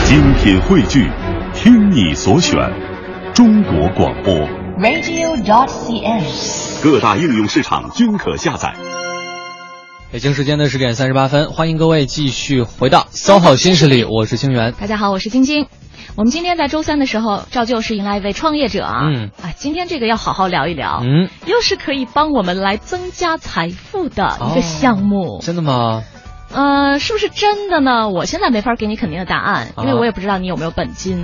精品汇聚，听你所选，中国广播 radio.cn， 各大应用市场均可下载。 北京时间的10点38分，欢迎各位继续回到SOHO新势力，我是清源。 大家好，我是晶晶。我们今天在周三的时候，照旧是迎来一位创业者啊。今天这个要好好聊一聊。又是可以帮我们来增加财富的一个项目。 真的吗？ 是不是真的呢？我现在没法给你肯定的答案，因为我也不知道你有没有本金。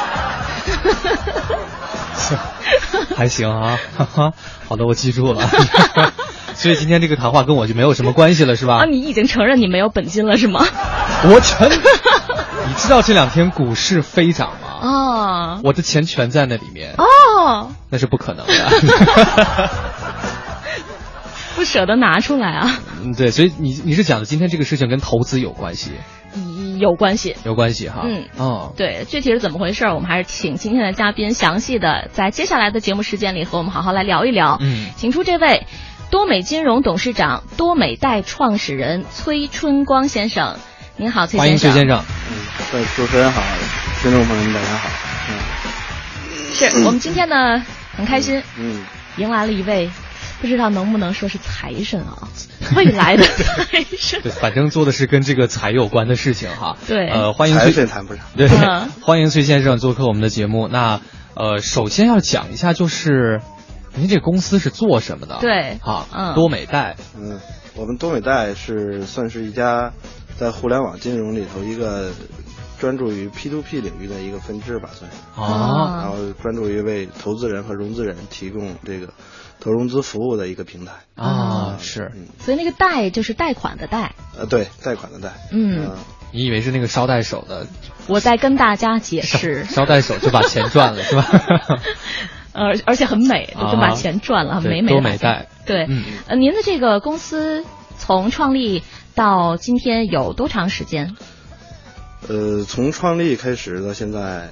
还行啊，好的，我记住了。所以今天这个谈话跟我就没有什么关系了，是吧？ 啊，你已经承认你没有本金了，是吗？ 我承认。你知道这两天股市飞涨吗？ 啊， 我的钱全在那里面。 哦， 那是不可能的。 不舍得拿出来啊。 对，所以你是讲的今天这个事情跟投资有关系？ 有关系， 有关系哈。 对，具体是怎么回事，我们还是请今天的嘉宾详细的在接下来的节目时间里和我们好好来聊一聊。请出这位多美金融董事长、多美贷创始人崔春光先生。您好，崔先生。 欢迎崔先生。 主持人好，听众朋友们大家好。 是我们今天呢很开心，迎来了一位不知道能不能说是财神啊，未来的财神。 对，反正做的是跟这个财有关的事情哈。 对， 欢迎崔， 谈不上。 对，欢迎崔先生做客我们的节目。那首先要讲一下，就是您这个公司是做什么的？ 对， 多美贷。 我们多美贷算是一家在互联网金融里头一个专注于 P2P 领域的一个分支吧，算是。然后专注于为投资人和融资人提供这个投融资服务的一个平台。 是。 所以那个贷就是贷款的贷。 对，贷款的贷。 你以为是那个捎带手的？ 我在跟大家解释。 捎带手就把钱赚了，是吧？ 而且很美，就把钱赚了，很美。 多美贷。 对，您的这个公司从创立到今天有多长时间？ 从创立开始到现在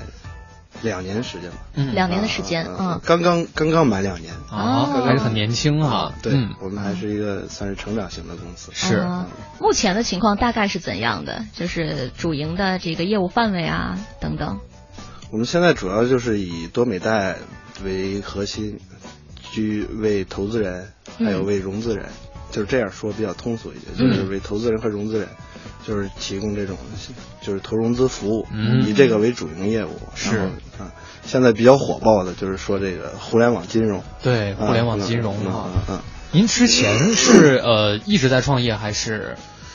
2年时间吧。 2年的时间。 刚刚满2年。 还是很年轻啊。 对，我们还是一个算是成长型的公司。 是。 目前的情况大概是怎样的？就是主营的这个业务范围啊等等。 我们现在主要就是以多美贷为核心，为投资人还有为融资人，就是这样说比较通俗一点，就是为投资人和融资人，就是提供这种就是投融资服务，以这个为主营业务。 是现在比较火爆的就是说这个互联网金融。 对，互联网金融您之前是一直在创业还是？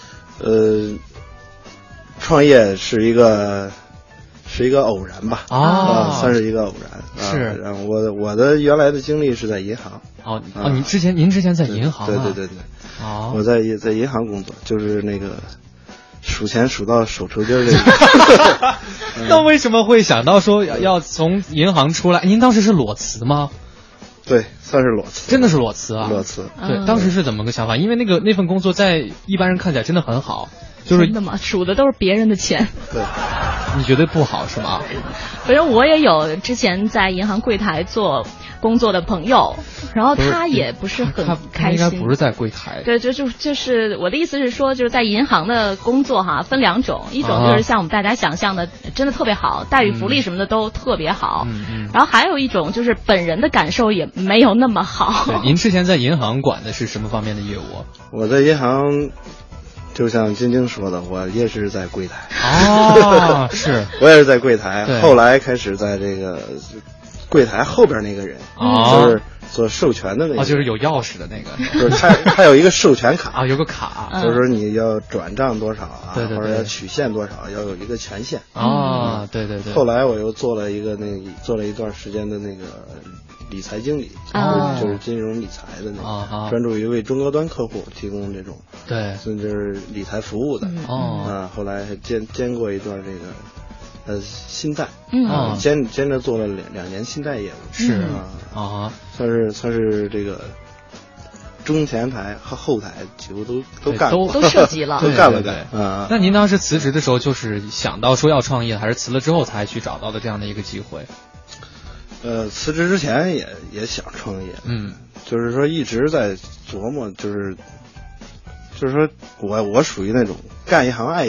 创业是一个偶然吧。算是一个偶然。 是。 然后我的原来的经历是在银行。 您之前在银行。 对。我在银行工作，就是那个数钱数到手抽筋这个。 那为什么会想到说要从银行出来？您当时是裸辞吗？ 对，算是裸辞。 真的是裸辞啊？ 裸辞。 对，当时是怎么个想法？因为那份工作在一般人看起来真的很好。就是真的吗？数的都是别人的钱。 对。 你觉得不好是吗？ 反正我也有之前在银行柜台做工作的朋友，然后他也不是很开心。 他应该不是在柜台。 对，就是我的意思是说，就是在银行的工作哈，分2种，一种就是像我们大家想象的，真的特别好，待遇福利什么的都特别好。然后还有一种就是本人的感受也没有那么好。 对，您之前在银行管的是什么方面的业务？ 我在银行。就像晶晶说的，我也是在柜台。 是。 我也是在柜台，后来开始在这个柜台后边那个人，就是做授权的那个。 就是有钥匙的那个。 就是他有一个授权卡。 有个卡。 就是说你要转账多少啊， 对， 或者要取现多少，要有一个权限。 对。 后来我又做了一段时间的那个理财经理，就是金融理财的那个，专注于为中高端客户提供这种就是理财服务的。后来还兼过一段这个信贷，兼着做了2年信贷业务。 是算是这个中前台和后台几乎都干过， 都涉及了， 都干了。 那您当时辞职的时候，就是想到说要创业，还是辞了之后才去找到的这样的一个机会？ 辞职之前也想创业，就是说一直在琢磨，就是说我属于那种干一行爱一行的。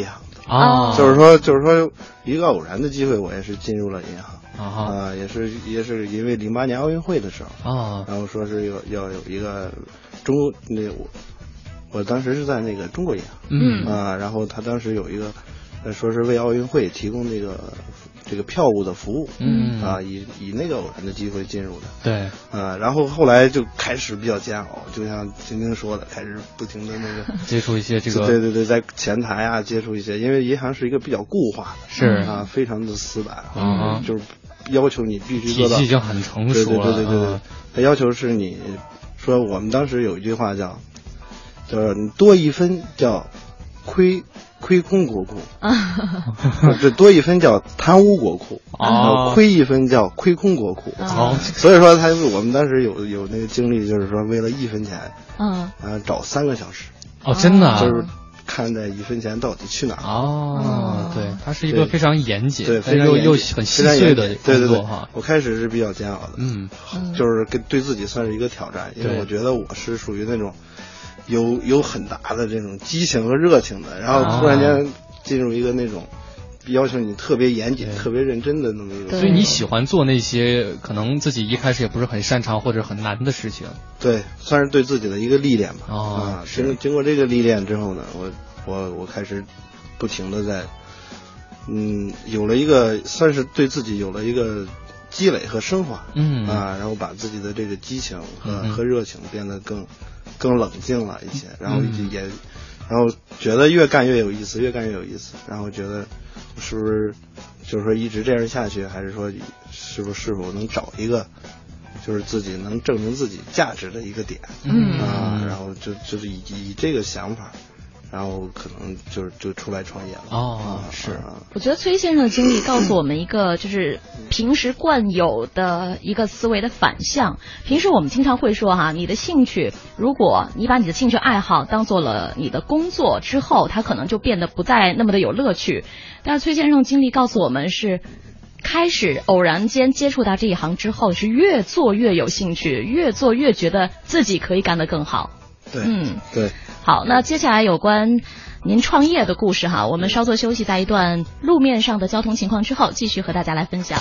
啊， 就是说一个偶然的机会，我也是进入了银行也是因为08年奥运会的时候然后说是要有一个我当时是在那个中国银行然后他当时有一个说是为奥运会提供这个票务的服务以那个偶然的机会进入的， 对然后后来就开始比较煎熬，就像晶晶说的，开始不停的那个接触一些这个对，在前台接触一些，因为银行是一个比较固化的， 是非常的死板就是要求你必须做到体系已经很成熟了， 对，他要求是你说我们当时有一句话叫你多一分叫亏空国库这多一分叫贪污国库亏一分叫亏空国库所以说我们当时有那个经历，就是说为了1分钱找3个小时真的就是看这1分钱到底去哪对，它是一个非常严谨对但又很细碎的工作对，我开始是比较煎熬的就是对自己算是一个挑战，因为我觉得我是属于那种有很大的这种激情和热情的，然后突然间进入一个那种要求你特别严谨特别认真的那么一个， 所以你喜欢做那些可能自己一开始也不是很擅长或者很难的事情， 对，算是对自己的一个历练吧经过这个历练之后呢，我开始不停的在有了一个算是对自己有了一个积累和升华然后把自己的这个激情和热情变得更冷静了一些，然后然后觉得越干越有意思，然后觉得是不是就是说一直这样下去，还是说是否能找一个就是自己能证明自己价值的一个点然后就是以这个想法，然后可能就出来创业了是我觉得崔先生的经历告诉我们一个就是平时惯有的一个思维的反向。平时我们经常会说你的兴趣，如果你把你的兴趣爱好当做了你的工作之后，它可能就变得不再那么的有乐趣。但是崔先生经历告诉我们是开始偶然间接触到这一行之后，是越做越有兴趣，越做越觉得自己可以干得更好。 对好，那接下来有关您创业的故事我们稍作休息，在一段路面上的交通情况之后，继续和大家来分享。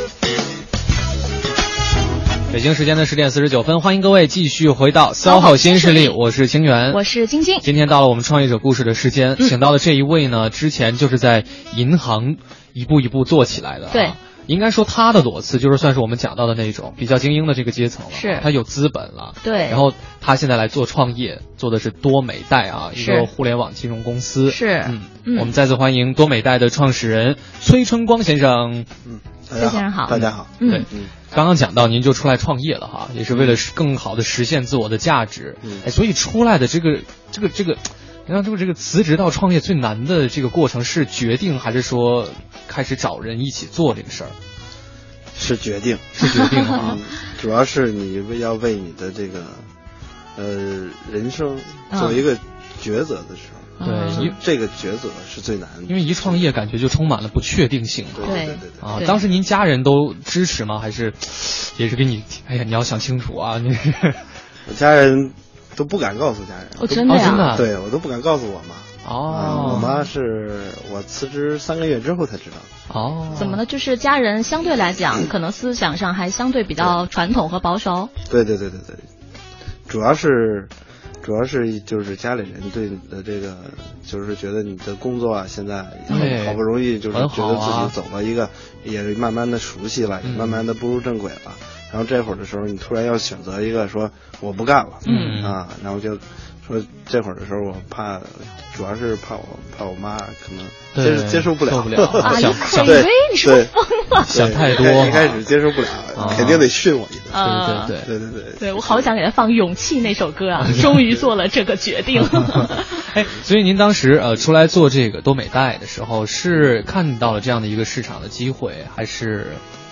北京时间的10点49分，欢迎各位继续回到SOHO新势力，我是清源， 我是晶晶。 今天到了我们创业者故事的时间，请到的这一位呢，之前就是在银行一步一步做起来的对。 应该说他的裸辞就是算是我们讲到的那种比较精英的这个阶层了， 是他有资本了， 对， 然后他现在来做创业，做的是多美贷一个互联网金融公司， 是我们再次欢迎多美贷的创始人崔春光先生。 崔先生好。 大家好。 对，刚刚讲到您就出来创业了也是为了更好的实现自我的价值，所以出来的这个然后这个辞职到创业最难的这个过程是决定，还是说开始找人一起做这个事儿？ 是决定主要是你要为你的这个人生做一个抉择的时候对， 这个抉择是最难的， 因为一创业感觉就充满了不确定性对当时您家人都支持吗？还是也是给你你要想清楚你我家人都不敢告诉家人真的真的对，我都不敢告诉我妈我妈是我辞职3个月之后才知道怎么呢？就是家人相对来讲可能思想上还相对比较传统和保守。 对，主要是就是家里人对你的这个就是觉得你的工作现在好不容易就是觉得自己走了一个也慢慢的熟悉了，也慢慢的步入正轨了，然后这会儿的时候你突然要选择一个说我不干了然后就说这会儿的时候我怕，主要是怕我妈可能接受不了以为你是不是疯了， 想太多， 一开始接受不了肯定得训我一顿对， 我好想给他放《勇气》那首歌终于做了这个决定所以您当时出来做这个多美贷的时候是看到了这样的一个市场的机会，还是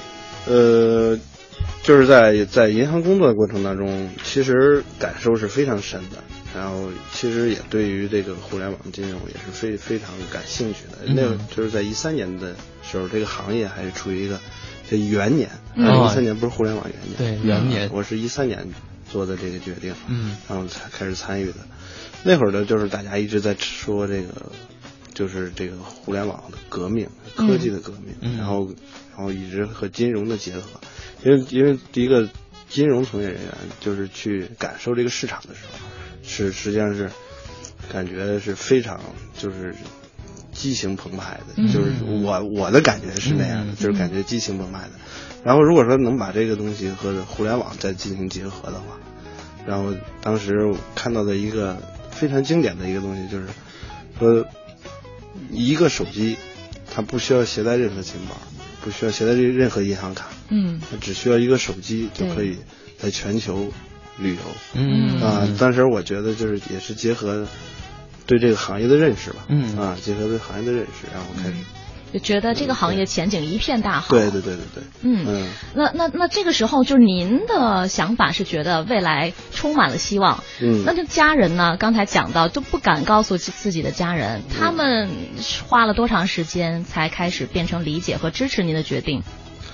就是在银行工作的过程当中，其实感受是非常深的，然后其实也对于这个互联网金融也是非常感兴趣的。那个就是在13年的时候，这个行业还是处于一个这元年，13年不是互联网元年，对元年， 我是13年做的这个决定，然后才开始参与的。那会儿呢，就是大家一直在说这个就是这个互联网的革命，科技的革命，然后一直和金融的结合，因为第一个金融从业人员就是去感受这个市场的时候，实际上是感觉是非常就是激情澎湃的，就是我的感觉是那样的，就是感觉激情澎湃的。然后如果说能把这个东西和互联网再进行结合的话，然后当时我看到的一个非常经典的一个东西就是说，一个手机它不需要携带任何钱包，不需要携带任何银行卡，它只需要一个手机就可以在全球旅游。当时我觉得就是也是结合对这个行业的认识吧，结合对行业的认识，然后开始就觉得这个行业前景一片大好。 对。 那这个时候就是您的想法是觉得未来充满了希望。那这家人呢？刚才讲到都不敢告诉自己的家人，他们花了多长时间才开始变成理解和支持您的决定？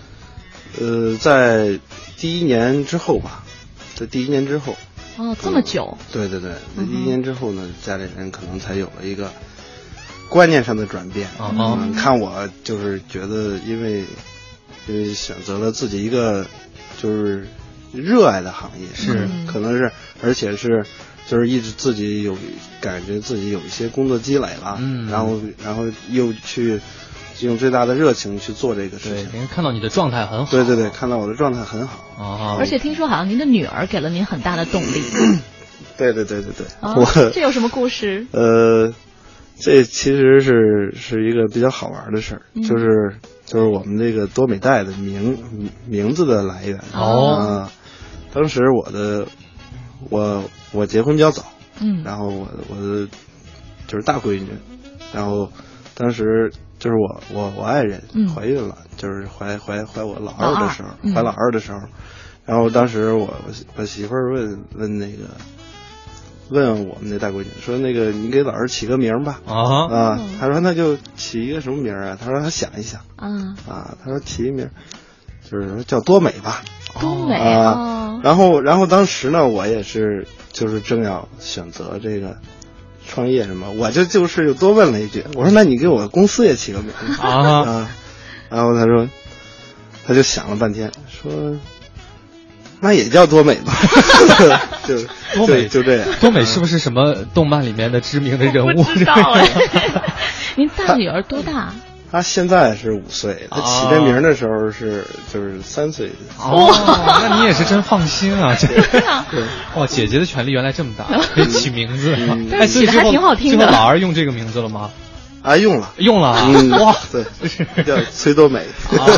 在第一年之后吧，在第一年之后。 这么久。 对，在第一年之后呢，家里人可能才有了一个观念上的转变。看我就是觉得因为选择了自己一个就是热爱的行业， 是可能是而且是就是一直自己感觉自己有一些工作积累了，然后又去用最大的热情去做这个事情。 对，看到你的状态很好。 对，看到我的状态很好。 而且听说好像您的女儿给了您很大的动力。 对。 这有什么故事？ 这其实是一个比较好玩的事儿，就是我们这个多美代的名字的来源。当时我结婚比较早，然后我的就是大闺女，然后当时就是我爱人怀孕了，就是怀我老二的时候，怀老二的时候，然后当时我媳妇儿问我们那大闺女说，那个你给老二起个名吧。她说那就起一个什么名啊？她说她想一想。她说起一名就是叫多美吧。 多美然后当时呢，我也是就是正要选择这个创业什么，我就是又多问了一句，我说那你给我公司也起个名然后他就想了半天说那也叫多美吧。 多美就这样。 多美是不是什么动漫里面的知名的人物？ 不知道您大女儿多大？ 她现在是5岁，她起这名的时候就是3岁。 那你也是真放心啊！对，姐姐的权力原来这么大，可以起名字。 起的还挺好听的。 最后老二用这个名字了吗？ 用了。 哇， 对，叫崔多美。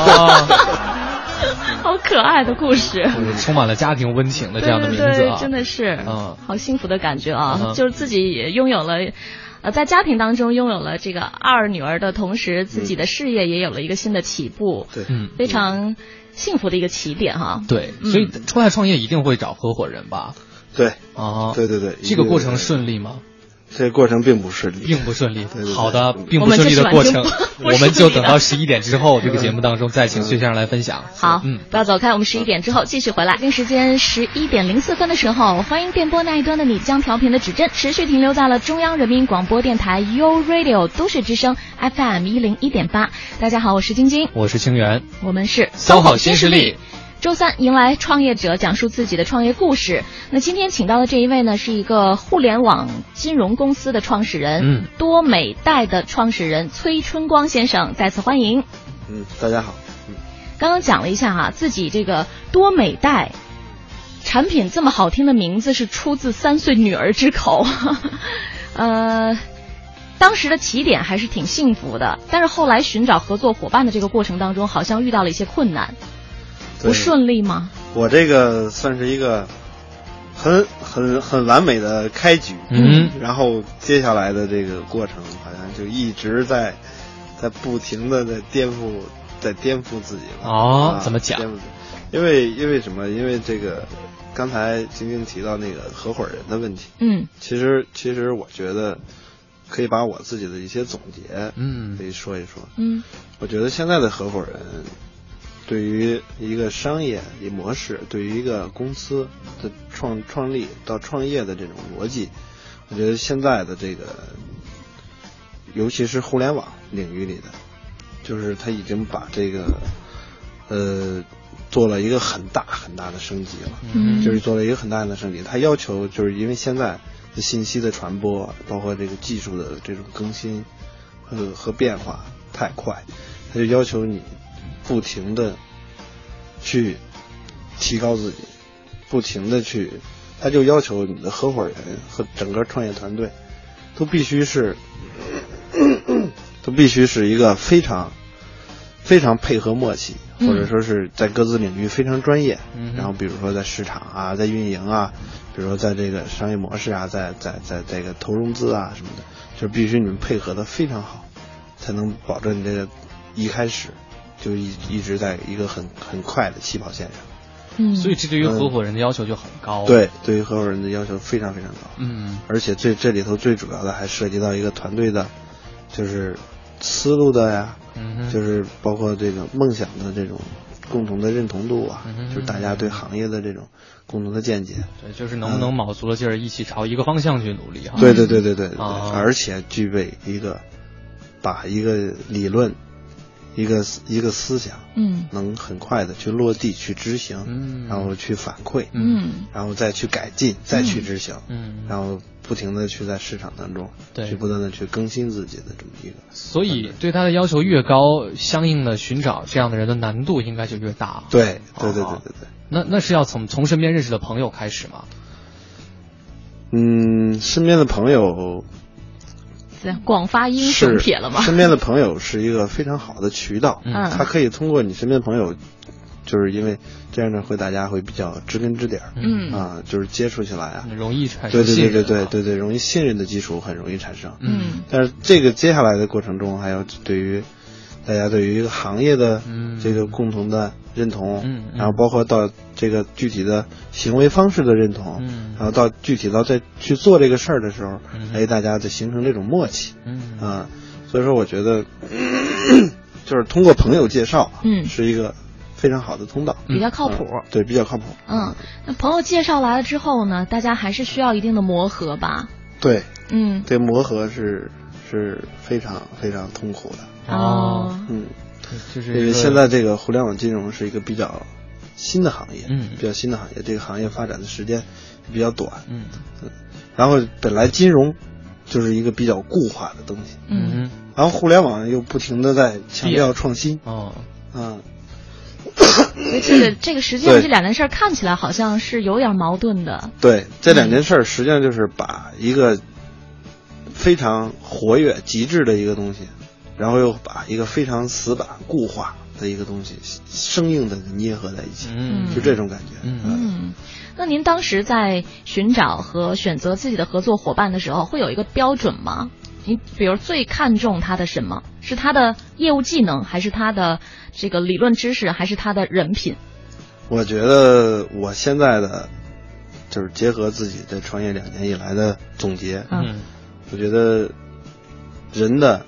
好可爱的故事， 充满了家庭温情的这样的名字对，真的是，好幸福的感觉啊！就是自己也拥有了，在家庭当中拥有了这个2女儿的同时，自己的事业也有了一个新的起步， 对， 非常幸福的一个起点哈。 对，所以出来创业一定会找合伙人吧？ 对，对， 这个过程顺利吗？ 这个过程并不顺利， 对好的，并不顺利的过程，我们就等到11点之后，这个节目当中再请薛先生来分享。 好，不要走开，我们11点之后继续回来。北京时间11点04分的时候，欢迎电波那一端的你将调频的指针持续停留在了中央人民广播电台 You Radio 都市之声 FM 101.8。大家好，我是晶晶， 我是清源， 我们是 SOHO新势力。 周3迎来创业者讲述自己的创业故事。那今天请到的这一位呢，是一个互联网金融公司的创始人，多美代的创始人崔春光先生，再次欢迎。 大家好。 刚刚讲了一下自己这个多美代产品这么好听的名字是出自3岁女儿之口。当时的起点还是挺幸福的，但是后来寻找合作伙伴的这个过程当中，好像遇到了一些困难。不顺利吗？ 我这个算是一个很完美的开局，然后接下来的这个过程好像就一直在不停的在颠覆自己了。 怎么讲？ 因为什么？因为这个刚才晶晶提到那个合伙人的问题，其实我觉得可以把我自己的一些总结，可以说一说。我觉得现在的合伙人对于一个商业模式，对于一个公司的创立到创业的这种逻辑，我觉得现在的这个尤其是互联网领域里的，就是他已经把这个做了一个很大很大的升级了，就是做了一个很大的升级。他要求就是因为现在的信息的传播，包括这个技术的这种更新和变化太快，他就要求你不停的去提高自己，不停的去，他就要求你的合伙人和整个创业团队都必须是一个非常非常配合默契，或者说是在各自领域非常专业，然后比如说在市场啊，在运营啊，比如说在这个商业模式啊，在这个投融资啊什么的，就必须你们配合的非常好，才能保证你这个一开始就一直在一个很快的起跑线上。 所以这对于合伙人的要求就很高。 对，对于合伙人的要求非常非常高。而且这里头最主要的还涉及到一个团队的，就是思路的呀，就是包括这个梦想的这种共同的认同度啊，就是大家对行业的这种共同的见解。 对，就是能不能卯足了劲儿一起朝一个方向去努力哈。 对，而且具备把一个理论。一个思想，能很快的去落地去执行，然后去反馈，然后再去改进，再去执行，然后不停的去在市场当中，去不断的去更新自己的这么一个。 所以对他的要求越高，相应的寻找这样的人的难度应该就越大。 对。 那是要从身边认识的朋友开始吗？ 身边的朋友。 广发英雄帖了吗？ 身边的朋友是一个非常好的渠道，他可以通过你身边的朋友，就是因为这样呢，大家会比较知根知底儿，就是接触起来啊， 容易产生信任， 对，容易信任的基础很容易产生，但是这个接下来的过程中，还有大家对于一个行业的这个共同的认同，然后包括到这个具体的行为方式的认同，然后到具体到在去做这个事儿的时候，大家就形成这种默契，所以说我觉得就是通过朋友介绍，是一个非常好的通道， 比较靠谱， 对，比较靠谱。 那朋友介绍来了之后呢，大家还是需要一定的磨合吧？ 对，这磨合是非常非常痛苦的。 就是因为现在这个互联网金融是一个比较新的行业，比较新的行业，这个行业发展的时间比较短，然后本来金融就是一个比较固化的东西，然后互联网又不停的在强调创新， 所以这个实际上这两件事看起来好像是有点矛盾的。 对，这两件事实际上就是把一个非常活跃极致的一个东西，然后又把一个非常死板固化的一个东西生硬的捏合在一起，就这种感觉。 那您当时在寻找和选择自己的合作伙伴的时候，会有一个标准吗？你比如最看重他的什么？是他的业务技能，还是他的这个理论知识，还是他的人品？ 我觉得我现在的就是结合自己的创业2年以来的总结，我觉得人的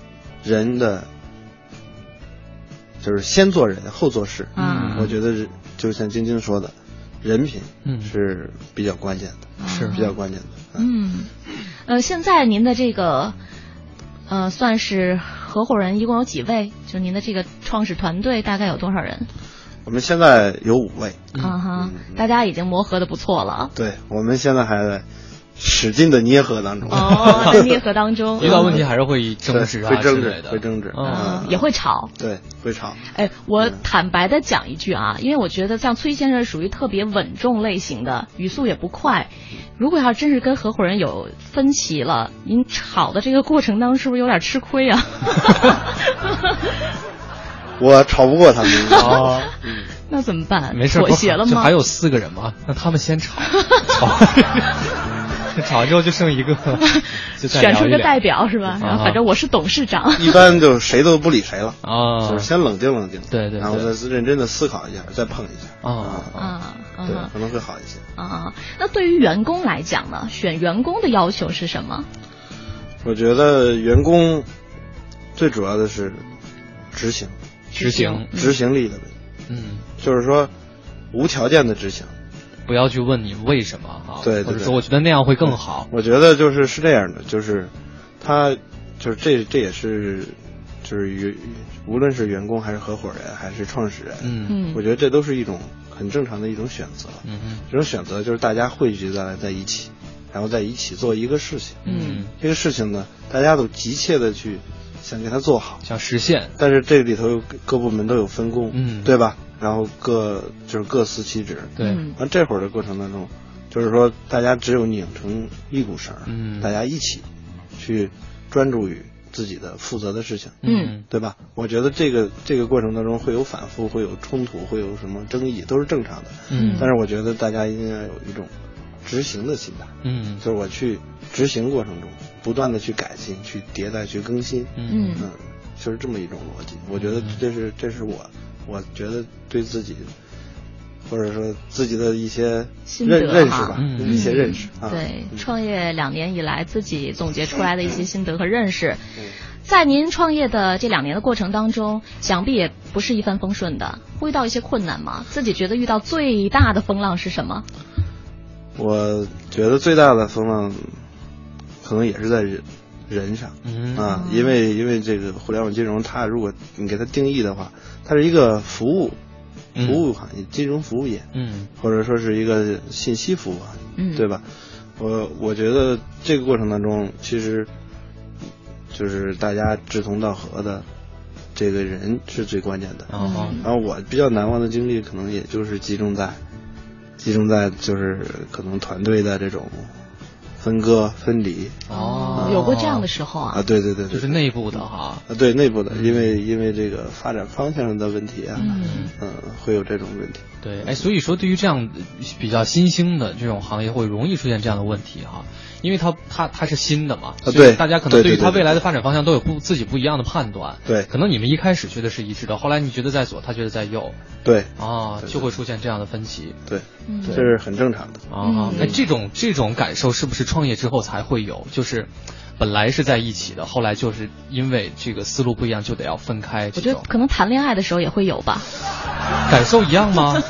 就是先做人后做事，我觉得就像晶晶说的，人品是比较关键的，是比较关键的。现在您的这个算是合伙人一共有几位？就您的这个创始团队大概有多少人？ 我们现在有5位， 大家已经磨合的不错了。 对，我们现在还在使劲的捏合当中。 在捏合当中， 遇到问题还是会争执会争执， 也会吵。 对，会吵。 我坦白的讲一句啊，因为我觉得像崔先生属于特别稳重类型的，语速也不快。如果要真是跟合伙人有分歧了，您吵的这个过程当中是不是有点吃亏啊？ 我吵不过他们那怎么办？ 没事， 妥协了吗？ 就还有4个人嘛，让他们先吵，吵完之后就剩一个，就选出一个代表是吧？然后反正我是董事长， 一般就谁都不理谁了就是先冷静冷静， 对， 然后再认真的思考一下，再碰一下对，可能会好一些那对于员工来讲呢，选员工的要求是什么？ 我觉得员工最主要的是执行力的问题，就是说无条件的执行， 不要去问你为什么对， 或者说我觉得那样会更好。 我觉得是这样的，就是他就是这也是就是无论是员工还是合伙人还是创始人，我觉得这都是一种很正常的一种选择。这种选择就是大家汇聚在一起，然后在一起做一个事情。这个事情呢，大家都急切的去想给它做好， 想实现。 但是这里头各部门都有分工，对吧？然后各司其职。 对。 那这会儿的过程当中，就是说大家只有拧成一股绳，大家一起去专注于自己的负责的事情，对吧？我觉得这个过程当中会有反复，会有冲突，会有什么争议，都是正常的。但是我觉得大家应该有一种执行的心态，就是我去执行过程中不断的去改进、去迭代、去更新，就是这么一种逻辑。我觉得这是我觉得对自己或者说自己的一些认识吧，一些认识。 对，创业2年以来自己总结出来的一些心得和认识。在您创业的这2年的过程当中，想必也不是一帆风顺的，会遇到一些困难吗？自己觉得遇到最大的风浪是什么？ 我觉得最大的风浪可能也是在人上，因为这个互联网金融，它如果你给它定义的话，它是一个服务行业，金融服务业，或者说是一个信息服务行业，对吧？我觉得这个过程当中，其实就是大家志同道合的这个人是最关键的。然后我比较难忘的经历，可能也就是集中在就是可能团队的这种分割分离。 有过这样的时候啊？ 对， 就是内部的哈。 对，内部的，因为这个发展方向的问题啊，会有这种问题。 对，所以说对于这样比较新兴的这种行业，会容易出现这样的问题哈。因为它是新的嘛，所以大家可能对于它未来的发展方向都有自己不一样的判断。 对， 可能你们一开始觉得是一致的，后来你觉得在左，他觉得在右。 对， 就会出现这样的分歧。 对，这是很正常的。 这种感受是不是创业之后才会有？就是本来是在一起的，后来就是因为这个思路不一样，就得要分开。 我觉得可能谈恋爱的时候也会有吧。 感受一样吗？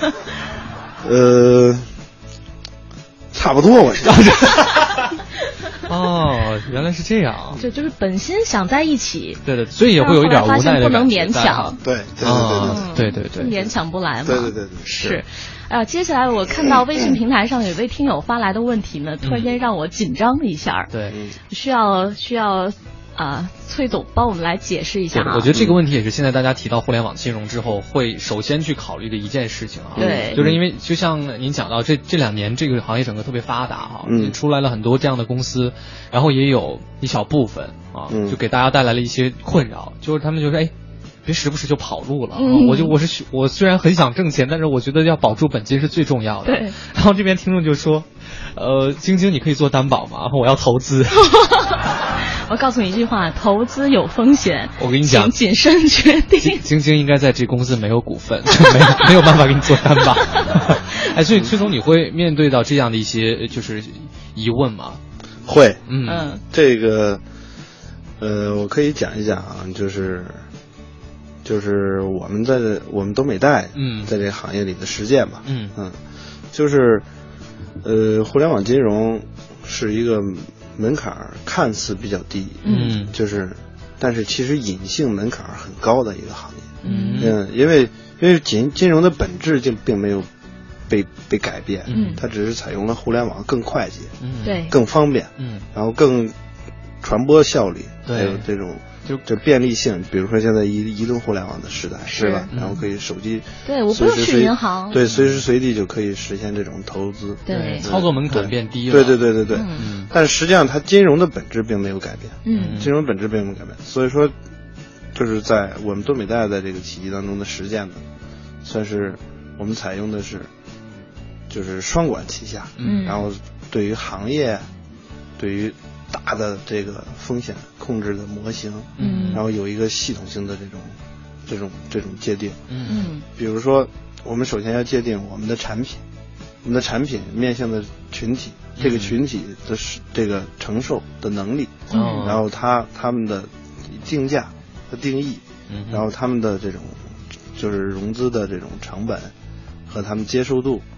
差不多，我觉得。 原来是这样。 就是本心想在一起。 对，所以也会有一点无奈的感觉。 不能勉强。 对， 勉强不来嘛。 对， 是。接下来我看到微信平台上有位听友发来的问题呢，突然间让我紧张了一下。 对， 需要崔总帮我们来解释一下啊。 我觉得这个问题也是现在大家提到互联网金融之后会首先去考虑的一件事情啊。 对， 就是因为就像您讲到这2年这个行业整个特别发达出来了很多这样的公司，然后也有一小部分就给大家带来了一些困扰，就是他们就说别时不时就跑路了。我虽然很想挣钱，但是我觉得要保住本金是最重要的。 对。 然后这边听众就说，晶晶你可以做担保吗？我要投资。 我告诉你一句话，投资有风险， 我跟你讲， 请谨慎决定。 晶晶应该在这公司没有股份，没有办法给你做担保。所以崔总，你会面对到这样的一些就是疑问吗？ 会，这个我可以讲一讲啊，就是我们多美贷在这个行业里的实践吧。就是互联网金融是一个门槛看似比较低，但是其实隐性门槛很高的一个行业。因为金融的本质就并没有被改变，它只是采用了互联网更快捷， 对， 更方便，然后更传播效率，还有这种就便利性。比如说现在移动互联网的时代，是吧？然后可以手机， 对，我不用去银行， 对，随时随地就可以实现这种投资， 对， 操作门槛变低了， 对。但实际上它金融的本质并没有改变，金融本质并没有改变。所以说，就是在我们多美贷在这个契机当中的实践呢，算是我们采用的是就是双管齐下，然后对于行业，对于大的这个风险控制的模型，然后有一个系统性的这种界定，比如说我们首先要界定我们的产品面向的群体，这个群体的这个承受的能力，然后他们的定价和定义，然后他们的这种就是融资的这种成本和他们接受度，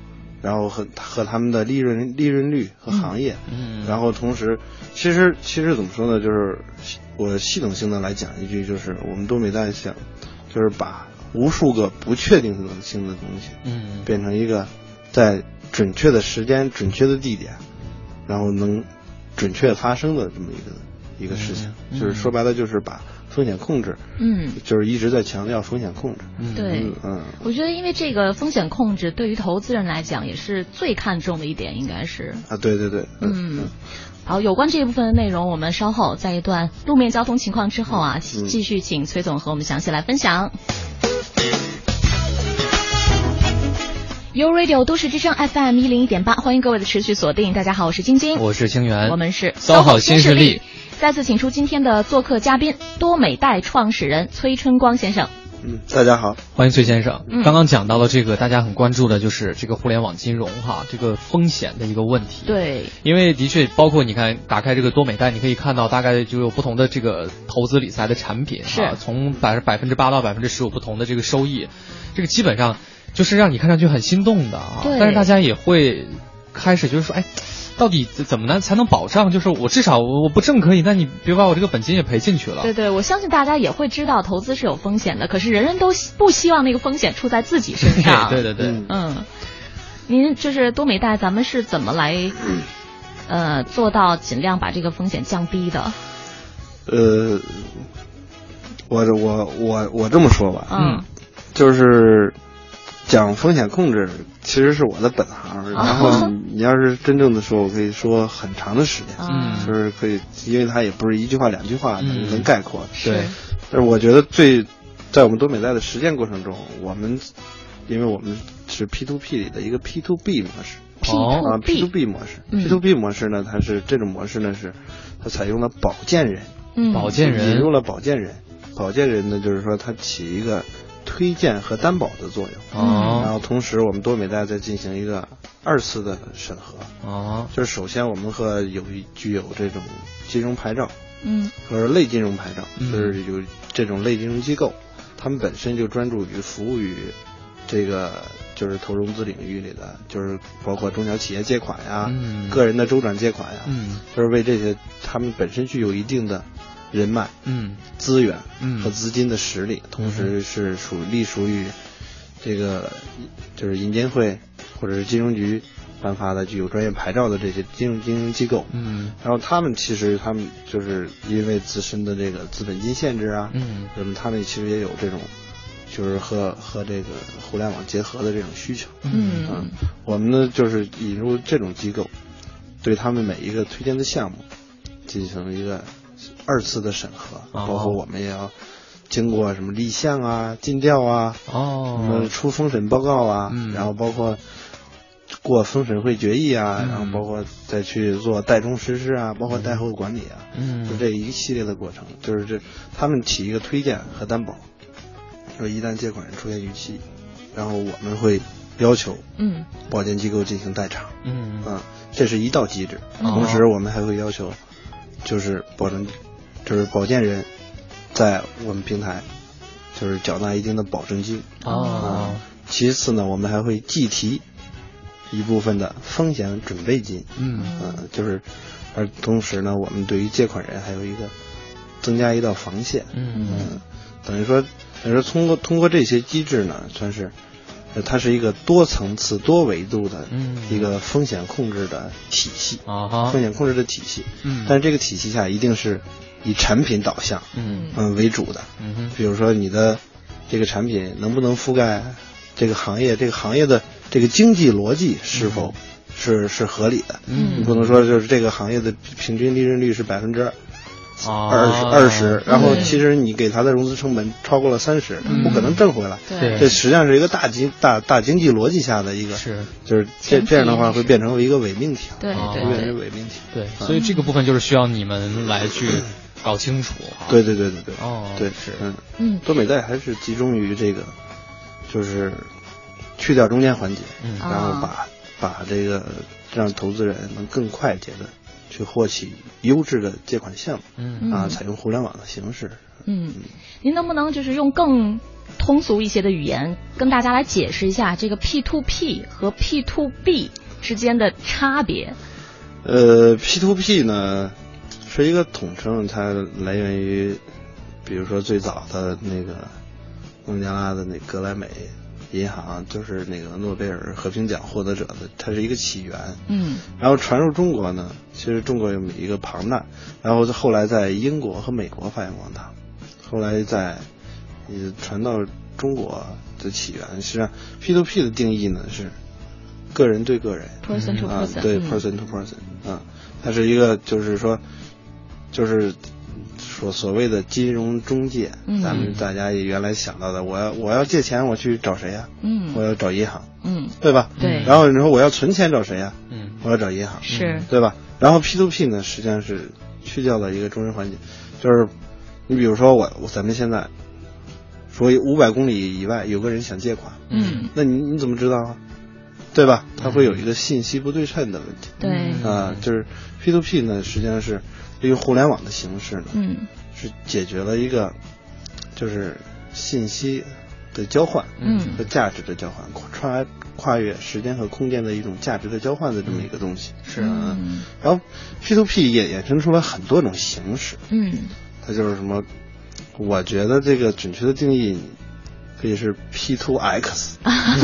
然后和他们的利润率和行业，然后同时，其实怎么说呢？就是我系统性的来讲一句，就是我们多美代想，就是把无数个不确定性的东西，变成一个在准确的时间、准确的地点，然后能准确发生的这么一个事情，就是说白了就是把风险控制，就是一直在强调风险控制。 对，我觉得因为这个风险控制对于投资人来讲也是最看重的一点，应该是啊，对对对， 好，有关这一部分的内容，我们稍后在一段路面交通情况之后啊，继续请崔总和我们详细来分享。You Radio 都市之声 FM 101.8，欢迎各位的持续锁定。大家好，我是晶晶， 我是清源， 我们是骚好新势力。 再次请出今天的做客嘉宾，多美代创始人崔春光先生。 大家好， 欢迎崔先生。刚刚讲到了这个大家很关注的就是这个互联网金融这个风险的一个问题。 对， 因为的确包括你看打开这个多美代，你可以看到大概就有不同的这个投资理财的产品， 是从8%到15%不同的这个收益，这个基本上就是让你看上去很心动的但是大家也会开始就是说，到底怎么才能保障？就是我至少我不挣可以，那你别把我这个本金也赔进去了。 对对，我相信大家也会知道投资是有风险的，可是人人都不希望那个风险出在自己身上。 对对对， 您就是多美代，咱们是怎么来做到尽量把这个风险降低的？ 我这么说吧，就是讲风险控制其实是我的本行，然后你要是真正的说，我可以说很长的时间，就是可以，因为它也不是一句话两句话能概括。 对， 但是我觉得在我们多美代的实践过程中，因为我们是 P2P 里的一个 P2B 模式。P2B 模式，P2B 模式呢，这种模式呢是它采用了保荐人，引入了保荐人。保荐人呢，就是说它起一个推荐和担保的作用，然后同时我们多美代在进行一个2次的审核，就是首先我们和具有这种金融牌照，或者类金融牌照，就是有这种类金融机构，他们本身就专注于服务于这个就是投融资领域里的，就是包括中小企业借款呀，个人的周转借款呀，就是为这些他们本身具有一定的人脉、资源和资金的实力，同时是隶属于这个就是银监会或者是金融局颁发的具有专业牌照的这些金融机构，然后他们就是因为自身的这个资本金限制啊，他们其实也有这种就是和这个互联网结合的这种需求，我们呢就是引入这种机构，对他们每一个推荐的项目进行一个2次的审核，包括我们也要经过什么立项啊、尽调啊，什么出封审报告啊，然后包括过封审会决议啊，然后包括再去做代中实施啊，包括代后管理啊，就这一系列的过程，就是他们起一个推荐和担保，说一旦借款人出现逾期，然后我们会要求保荐机构进行代偿，这是一道机制，同时我们还会要求就是保荐人在我们平台就是缴纳一定的保证金，其次呢，我们还会计提一部分的风险准备金，而同时呢，我们对于借款人还有一个增加一道防线，等于说通过这些机制呢，算是它是一个多层次多维度的一个风险控制的体系，但是这个体系下一定是以产品导向为主的，比如说你的这个产品能不能覆盖这个行业的这个经济逻辑是否是合理的，你不能说就是这个行业的平均利润率是20%，然后其实你给他的融资成本超过了30%，不可能挣回来。这实际上是一个大经济逻辑下的一个，就是这样的话会变成一个伪命题， 对， 变成伪命题。 对，所以这个部分就是需要你们来去搞清楚。 对，对， 是， 多美代还是集中于这个，就是去掉中间环节，然后把这个让投资人能更快捷的去获取优质的借款项目，采用互联网的形式。 您能不能就是用更通俗一些的语言跟大家来解释一下这个 P2P 和 P2B 之间的差别 ？P2P 呢是一个统称，它来源于比如说最早的那个孟加拉的那格莱美银行，就是那个诺贝尔和平奖获得者的，它是一个起源。然后传入中国呢，其实中国有一个庞大，然后后来在英国和美国发扬光大，后来传到中国的起源。实际上 P2P 的定义呢是个人对个人 ，person to person， 对 person to person，它是一个就是说所谓的金融中介，咱们大家也原来想到的，我要借钱，我去找谁呀？我要找银行，对吧？ 对。 然后你说我要存钱找谁呀？我要找银行， 是， 对吧？然后 P2P 呢，实际上是去掉了一个中间环节，就是你比如说咱们现在说500公里以外有个人想借款，那你怎么知道啊？对吧？它会有一个信息不对称的问题。 对。 就是 P2P 呢，实际上是利用互联网的形式呢，是解决了一个就是信息的交换，和价值的交换，跨越时间和空间的一种价值的交换的这么一个东西。 是啊。然后 P2P 也衍生出了很多种形式。它就是什么？我觉得这个准确的定义可以是 P2X，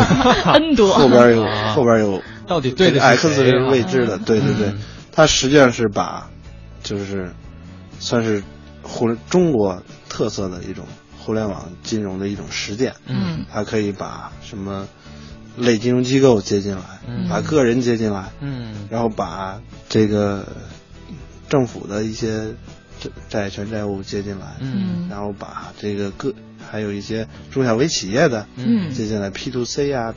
N 多， 后边有到底对的是 X 是未知的，对，它实际上是把就是算是中国特色的一种互联网金融的一种实践。它可以把什么类金融机构接进来，把个人接进来，然后把这个政府的一些债权债务接进来，然后把这个还有一些中小微企业的接进来，P2C 啊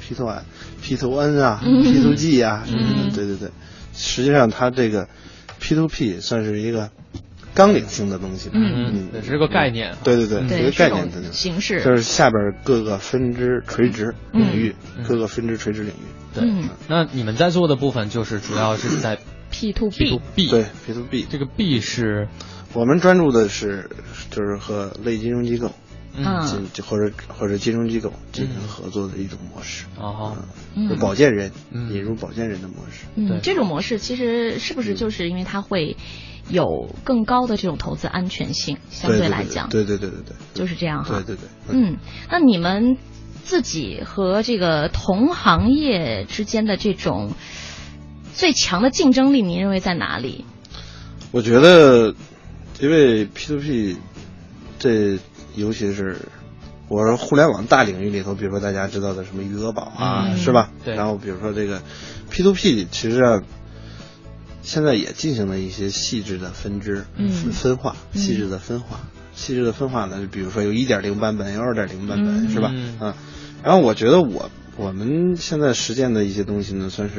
，P2N 啊，P2G 啊，对，实际上它这个 P2P 算是一个纲领性的东西， 这是个概念， 对，一个概念的形式， 就是下边各个分支垂直领域，各个分支垂直领域。 对，那你们在做的部分就是主要是在 P2B， 对 P2B， 这个 B 是我们专注的就是和类金融机构，或者金融机构进行合作的一种模式。保荐人引入保荐人的模式。 对，这种模式其实是不是就是因为它会有更高的这种投资安全性，相对来讲， 对， 就是这样哈。 对。 那你们自己和这个同行业之间的这种最强的竞争力，您认为在哪里？ 我觉得，因为 P2P 尤其是我说互联网大领域里头，比如说大家知道的什么余额宝啊，是吧？ 对。 然后比如说这个 P2P， 其实上现在也进行了一些细致的分支、分化，细致的分化呢，比如说有 1.0 版本，有 2.0 版本，是吧？然后我觉得我们现在实践的一些东西呢，算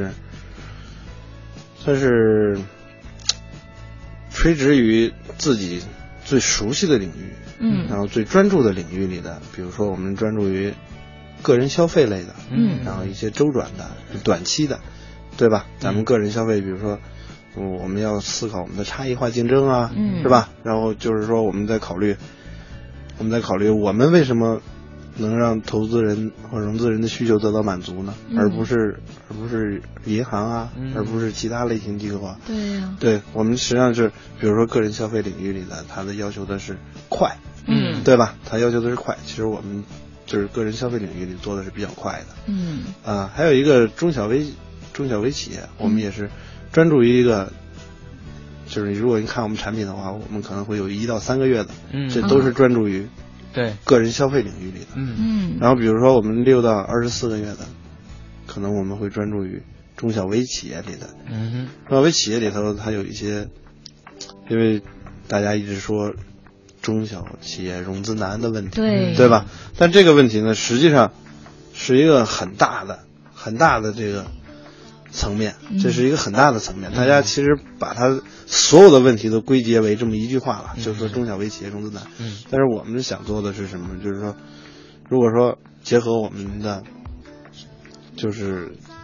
是垂直于自己最熟悉的领域，然后最专注的领域里的，比如说我们专注于个人消费类的，然后一些周转的、短期的，对吧？咱们个人消费，比如说我们要思考我们的差异化竞争啊，是吧？然后就是说我们在考虑我们为什么能让投资人或融资人的需求得到满足呢？而不是银行啊，而不是其他类型机构啊。 对呀。 对，我们实际上是，比如说个人消费领域里的，它的要求的是快，对吧？它要求的是快。其实我们就是个人消费领域里做的是比较快的。还有一个中小微企业，我们也是专注于一个。就是如果你看我们产品的话，我们可能会有1到3个月的，这都是专注于对个人消费领域里的。然后比如说我们6到24个月的，可能我们会专注于中小微企业里的。中小微企业里头，它有一些，因为大家一直说中小企业融资难的问题，对吧？但这个问题呢，实际上是一个很大的这个层面，这是一个很大的层面。大家其实把它所有的问题都归结为这么一句话了，就是说中小微企业融资难。但是我们想做的是什么？就是说，如果说结合我们的就是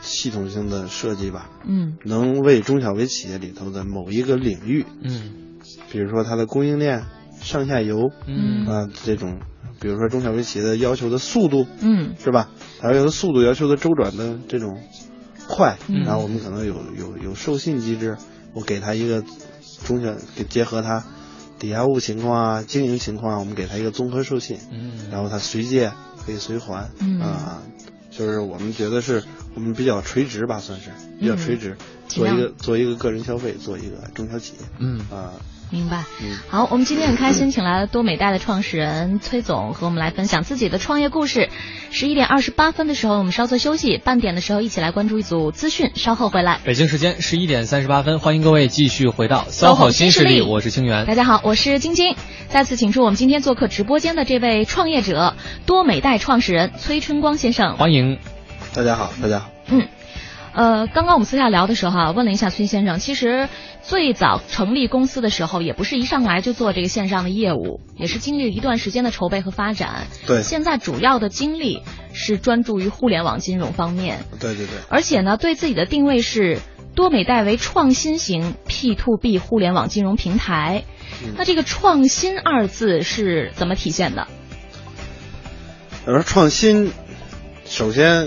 系统性的设计吧，能为中小微企业里头的某一个领域，比如说它的供应链、上下游，这种，比如说中小微企业的要求的速度，是吧？要求的速度，要求的周转的这种快，然后我们可能有授信机制，我给他一个中小，结合他抵押物情况啊、经营情况啊，我们给他一个综合授信，然后他随借可以随还，就是我们觉得是我们比较垂直吧，算是比较垂直，做一个个人消费，做一个中小企业， 明白。好，我们今天很开心请来了多美贷的创始人崔总和我们来分享自己的创业故事。11点28分的时候我们稍作休息，半点的时候一起来关注一组资讯，稍后回来。 北京时间11点38分，欢迎各位继续回到SOHO新势力，我是清源。 大家好，我是晶晶。再次请出我们今天做客直播间的这位创业者，多美贷创始人崔春光先生。 欢迎。 大家好，大家好。 刚刚我们私下聊的时候问了一下崔先生，其实最早成立公司的时候也不是一上来就做这个线上的业务，也是经历了一段时间的筹备和发展。 对， 现在主要的精力是专注于互联网金融方面。 对对对。 而且呢，对自己的定位是多美贷为创新型 P2B 互联网金融平台。那这个创新二字是怎么体现的？ 而创新，首先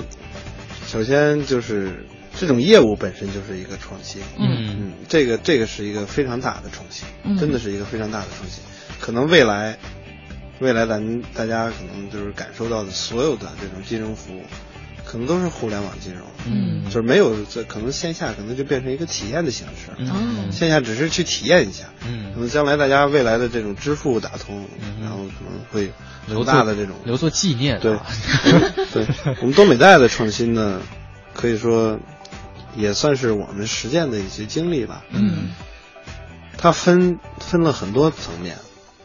就是这种业务本身就是一个创新，这个是一个非常大的创新，真的是一个非常大的创新。可能未来大家可能就是感受到的所有的这种金融服务，可能都是互联网金融，就是没有可能线下可能就变成一个体验的形式，线下只是去体验一下，可能将来大家未来的这种支付打通，然后可能会很大的这种留作纪念。 对，对，我们多美贷的创新呢，可以说也算是我们实践的一些经历吧。它分了很多层面，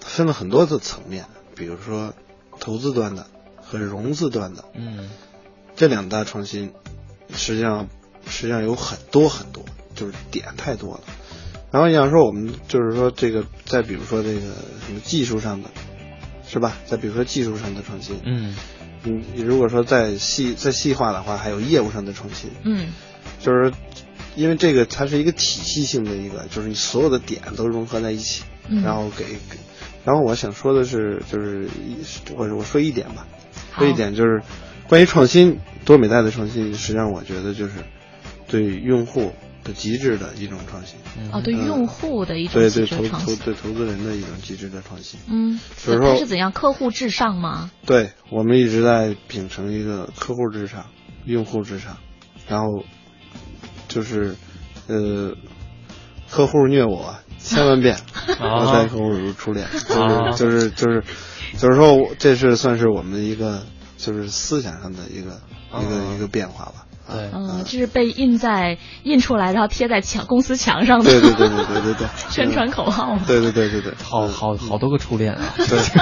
比如说投资端的和融资端的，这两大创新实际上有很多，就是点太多了。然后想说我们就是说这个，再比如说这个什么技术上的，是吧？再比如说技术上的创新，如果说再细化的话，还有业务上的创新，就是因为这个它是一个体系性的一个，就是你所有的点都融合在一起，然后我想说的是，就是我说一点吧，说一点就是关于创新，多美贷的创新，实际上我觉得就是对用户的极致的一种创新。 对用户的一种极致的创新。 对投资人的一种极致的创新。 就是说它是怎样？客户至上吗？ 对，我们一直在秉承一个客户至上、用户至上，然后就是客户虐我千万遍，我待客户如初恋，就是说，这是算是我们一个就是思想上的一个变化吧。 对， 这是被印出来，然后贴在公司墙上的。 对， 宣传口号。 对， 好多个初恋啊。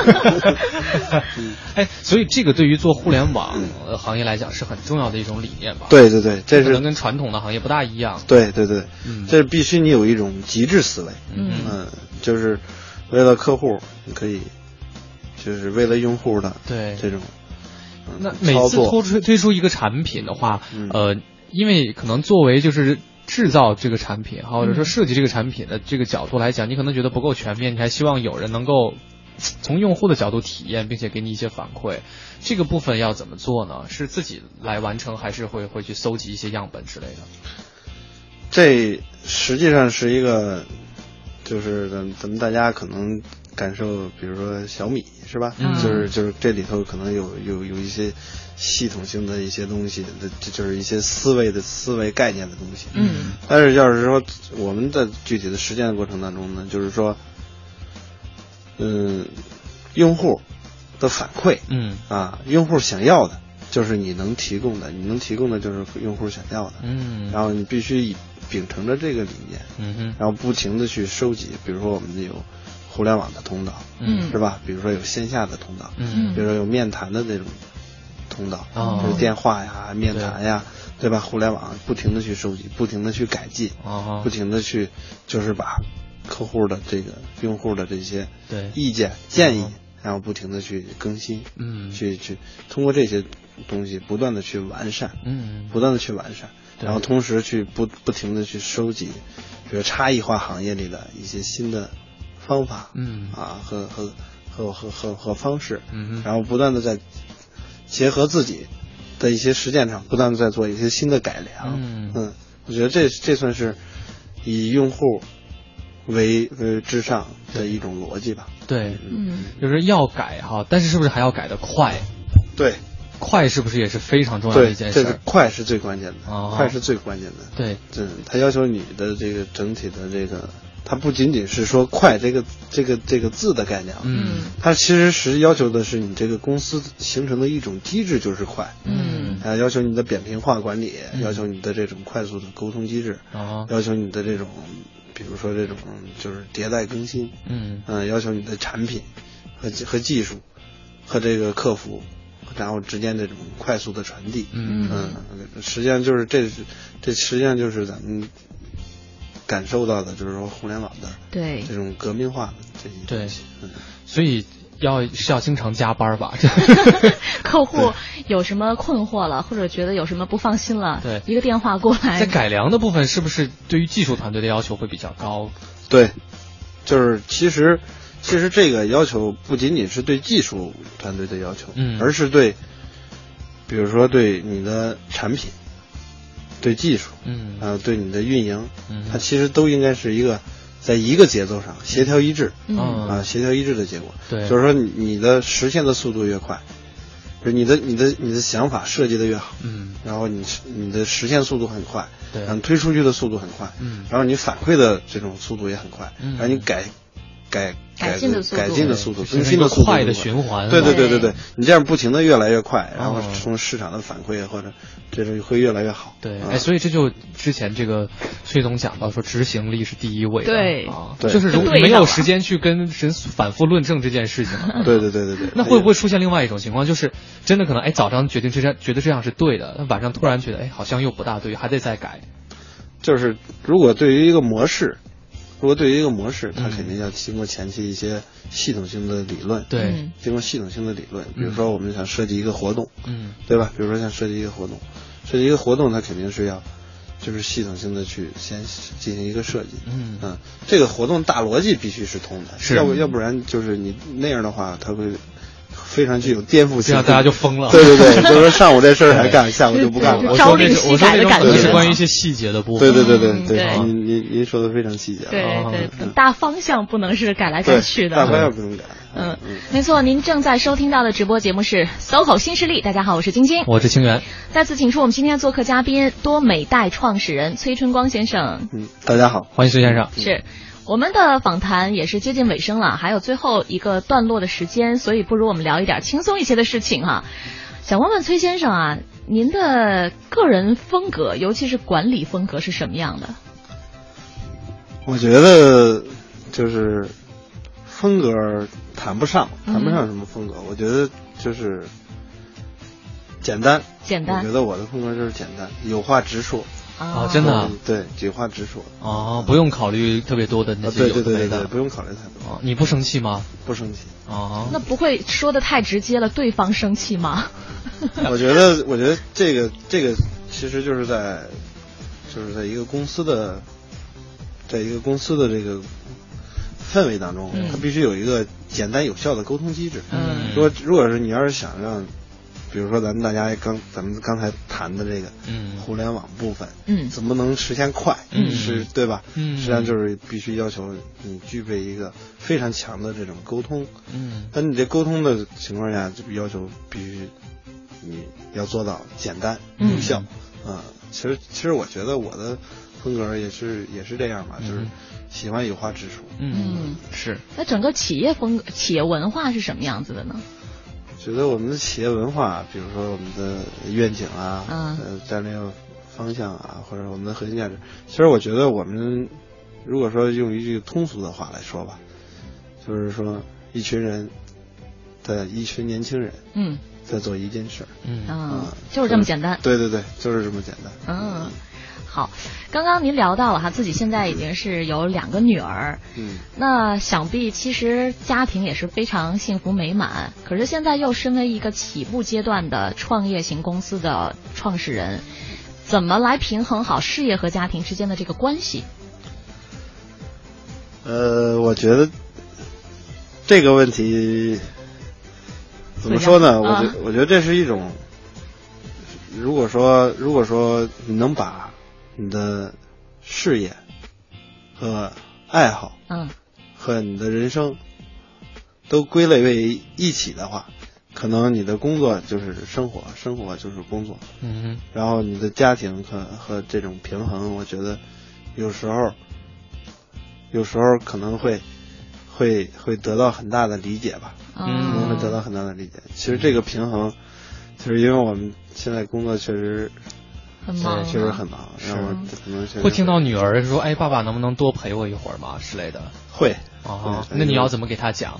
对， 所以这个对于做互联网行业来讲是很重要的一种理念吧？ 对，这是可能跟传统的行业不大一样。 对，这必须你有一种极致思维。就是为了客户，你可以就是为了用户的这种。 那每次推出一个产品的话，因为可能作为就是制造这个产品，或者说设计这个产品的这个角度来讲，你可能觉得不够全面，你还希望有人能够从用户的角度体验，并且给你一些反馈。这个部分要怎么做呢？是自己来完成，还是会去搜集一些样本之类的？ 这实际上是一个，就是咱们大家可能感受，比如说小米是吧？就是这里头可能有一些系统性的一些东西，就是一些思维概念的东西。但是要是说我们在具体的实践的过程当中呢，就是说，用户的反馈，用户想要的就是你能提供的就是用户想要的，然后你必须秉承着这个理念，然后不停的去收集，比如说我们有互联网的通道，是吧？比如说有线下的通道，比如说有面谈的这种通道，就是电话呀、面谈呀，对吧？互联网不停的去收集，不停的去改进，不停的去就是把客户的这个用户的这些意见建议，然后不停的去更新，去通过这些东西不断的去完善， 然后同时去不停的去收集，比如差异化行业里的一些新的方法，和方式，然后不断的在结合自己的一些实践上，不断的在做一些新的改良，我觉得这算是以用户为至上的一种逻辑吧。 对，就是要改哈，但是是不是还要改得快？ 对， 快是不是也是非常重要的一件事？ 这个快是最关键的，快是最关键的。 对， 它要求你的这个整体的这个，它不仅仅是说快这个字的概念，它其实是要求的是你这个公司形成的一种机制就是快，要求你的扁平化管理，要求你的这种快速的沟通机制，要求你的这种，比如说这种就是迭代更新，要求你的产品和技术和这个客服，然后之间这种快速的传递，实际上就是这实际上就是咱们感受到的，就是说互联网的对这种革命化的这些东西， 所以要经常加班吧。 客户有什么困惑了，或者觉得有什么不放心了， 对， 一个电话过来。 在改良的部分，是不是对于技术团队的要求会比较高？ 对，就是其实这个要求不仅仅是对技术团队的要求，而是对，比如说对你的产品、对技术，对你的运营，它其实都应该是一个在一个节奏上协调一致，协调一致的结果。 对， 就是说你的实现的速度越快，就是你的想法设计的越好，然后你的实现速度很快， 对， 然后推出去的速度很快，然后你反馈的这种速度也很快，然后你改进的速度，更新的速度快的循环。 对，你这样不停的越来越快，然后从市场的反馈或者这种会越来越好。 对，所以这就之前这个崔总讲到说执行力是第一位的， 对， 就是如果没有时间去跟人反复论证这件事情。 对。 那会不会出现另外一种情况，就是真的可能早上觉得这样是对的，那晚上突然觉得好像又不大对，还得再改。 就是如果对于一个模式，它肯定要经过前期一些系统性的理论， 对， 经过系统性的理论，比如说我们想设计一个活动，对吧？比如说像设计一个活动，它肯定是要就是系统性的去先进行一个设计，这个活动大逻辑必须是通的，要不然就是你那样的话，它会非常具有颠覆性， 这样大家就疯了。 对，就是说上午这事儿还干，下午就不干了。 我说那种可能是关于一些细节的部分。 对，您说的非常细节。 对，大方向不能是改来改去的。 大方向不能改。 没错，您正在收听到的直播节目是 SOHO 新势力。大家好，我是晶晶， 我是清源。 再次请出我们今天的做客嘉宾，多美代创始人崔春光先生。 大家好， 欢迎崔先生。 是。我们的访谈也是接近尾声了，还有最后一个段落的时间，所以不如我们聊一点轻松一些的事情哈。想问问崔先生啊，您的个人风格，尤其是管理风格是什么样的？ 我觉得就是风格谈不上什么风格，我觉得就是简单。我觉得我的风格就是简单，有话直说。 真的， 对，有话直说。 不用考虑特别多的那些。 对，不用考虑太多。 你不生气吗？ 不生气。 那不会说的太直接了，对方生气吗？ 我觉得这个其实就是在一个公司的这个氛围当中，它必须有一个简单有效的沟通机制。如果是你要是想让，比如说咱们刚才谈的这个互联网部分，怎么能实现快，对吧？实际上就是必须要求你具备一个非常强的这种沟通。但你这沟通的情况下，就要求必须你要做到简单有效。其实我觉得我的风格也是这样嘛，就是喜欢有话直说。 是。那整个企业文化是什么样子的呢？ 觉得我们的企业文化，比如说我们的愿景啊，战略方向啊，或者我们的核心价值，其实我觉得我们如果说用一句通俗的话来说吧，就是说一群年轻人，在做一件事， 就是这么简单。 对，就是这么简单。 好，刚刚您聊到了哈，自己现在已经是有2个女儿，那想必其实家庭也是非常幸福美满。可是现在又身为一个起步阶段的创业型公司的创始人， 怎么来平衡好事业和家庭之间的这个关系？ 我觉得这个问题怎么说呢？我觉得这是一种，如果说你能把你的事业和爱好，和你的人生都归类为一起的话，可能你的工作就是生活，生活就是工作，然后你的家庭和这种平衡，我觉得有时候可能会得到很大的理解吧，可能会得到很大的理解。其实这个平衡，就是因为我们现在工作确实很忙， 确实很忙，然后可能会听到女儿说：“哎，爸爸能不能多陪我一会儿嘛？”之类的。 会那你要怎么给他讲？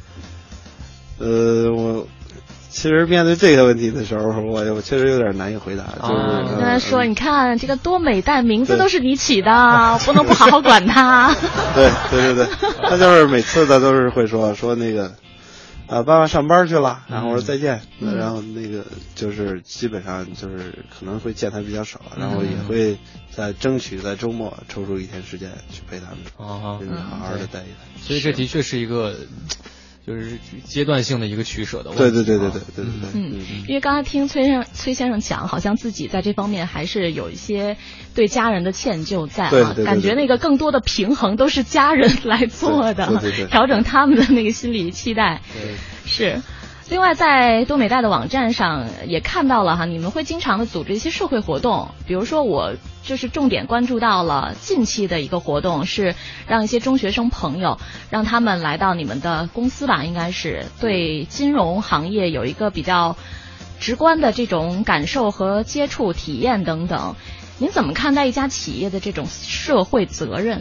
我其实面对这个问题的时候，我确实有点难以回答。就是跟他说：“你看这个多美代名字都是你起的，不能不好好管他。” 对，他就是每次他都是会说那个。爸爸上班去了，然后我说再见，然后那个就是基本上就是可能会见他比较少，然后也会争取在周末抽出一天时间去陪他们，好好的待一待。 所以这的确是一个就是阶段性的一个取舍的问题。 对。 因为刚才听崔先生讲，好像自己在这方面还是有一些对家人的歉疚在啊，感觉那个更多的平衡都是家人来做的，调整他们的那个心理期待。是。另外，在多美代的网站上也看到了哈，你们会经常的组织一些社会活动，比如说我就是重点关注到了近期的一个活动，是让一些中学生朋友让他们来到你们的公司吧，应该是对金融行业有一个比较直观的这种感受和接触体验等等。您怎么看待一家企业的这种社会责任？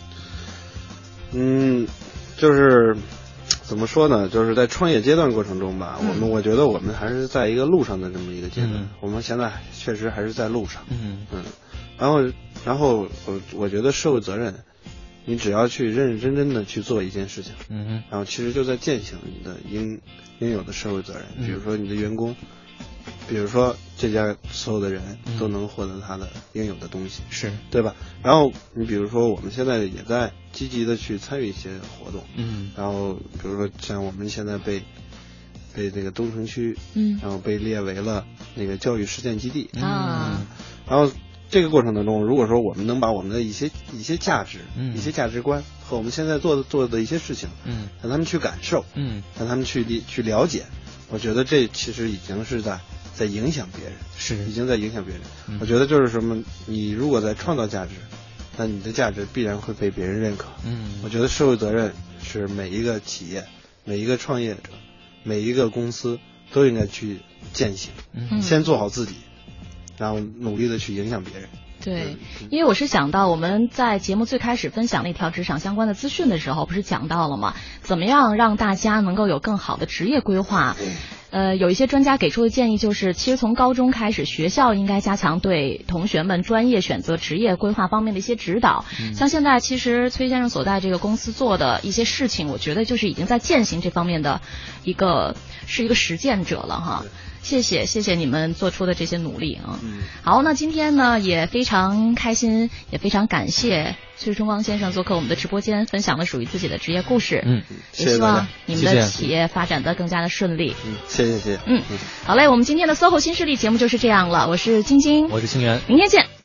就是怎么说呢？就是在创业阶段过程中吧，我觉得我们还是在一个路上的这么一个阶段，我们现在确实还是在路上，然后我觉得社会责任，你只要去认认真真的去做一件事情，然后其实就在践行你的应有的社会责任，比如说你的员工，比如说这家所有的人都能获得他的应有的东西， 是对吧？然后你比如说我们现在也在积极的去参与一些活动，然后比如说像我们现在被这个东城区，然后被列为了那个教育实践基地然后这个过程当中，如果说我们能把我们的一些价值、一些价值观和我们现在做的一些事情，让他们去感受，让他们去了解，我觉得这其实已经是在影响别人，已经在影响别人。我觉得就是什么，你如果在创造价值，那你的价值必然会被别人认可。我觉得社会责任是每一个企业、每一个创业者、每一个公司都应该去践行。先做好自己，然后努力的去影响别人。 对，因为我是想到我们在节目最开始分享那条职场相关的资讯的时候，不是讲到了吗？怎么样让大家能够有更好的职业规划？有一些专家给出的建议就是，其实从高中开始，学校应该加强对同学们专业选择、职业规划方面的一些指导。像现在其实崔先生所在这个公司做的一些事情，我觉得就是已经在践行这方面的一个实践者了哈。谢谢你们做出的这些努力啊！好，那今天呢也非常开心，也非常感谢崔春光先生做客我们的直播间，分享了属于自己的职业故事。也希望你们的企业发展的更加的顺利。 谢谢。 好嘞，我们今天的 SOHO 新势力节目就是这样了。我是晶晶， 我是清源， 明天见。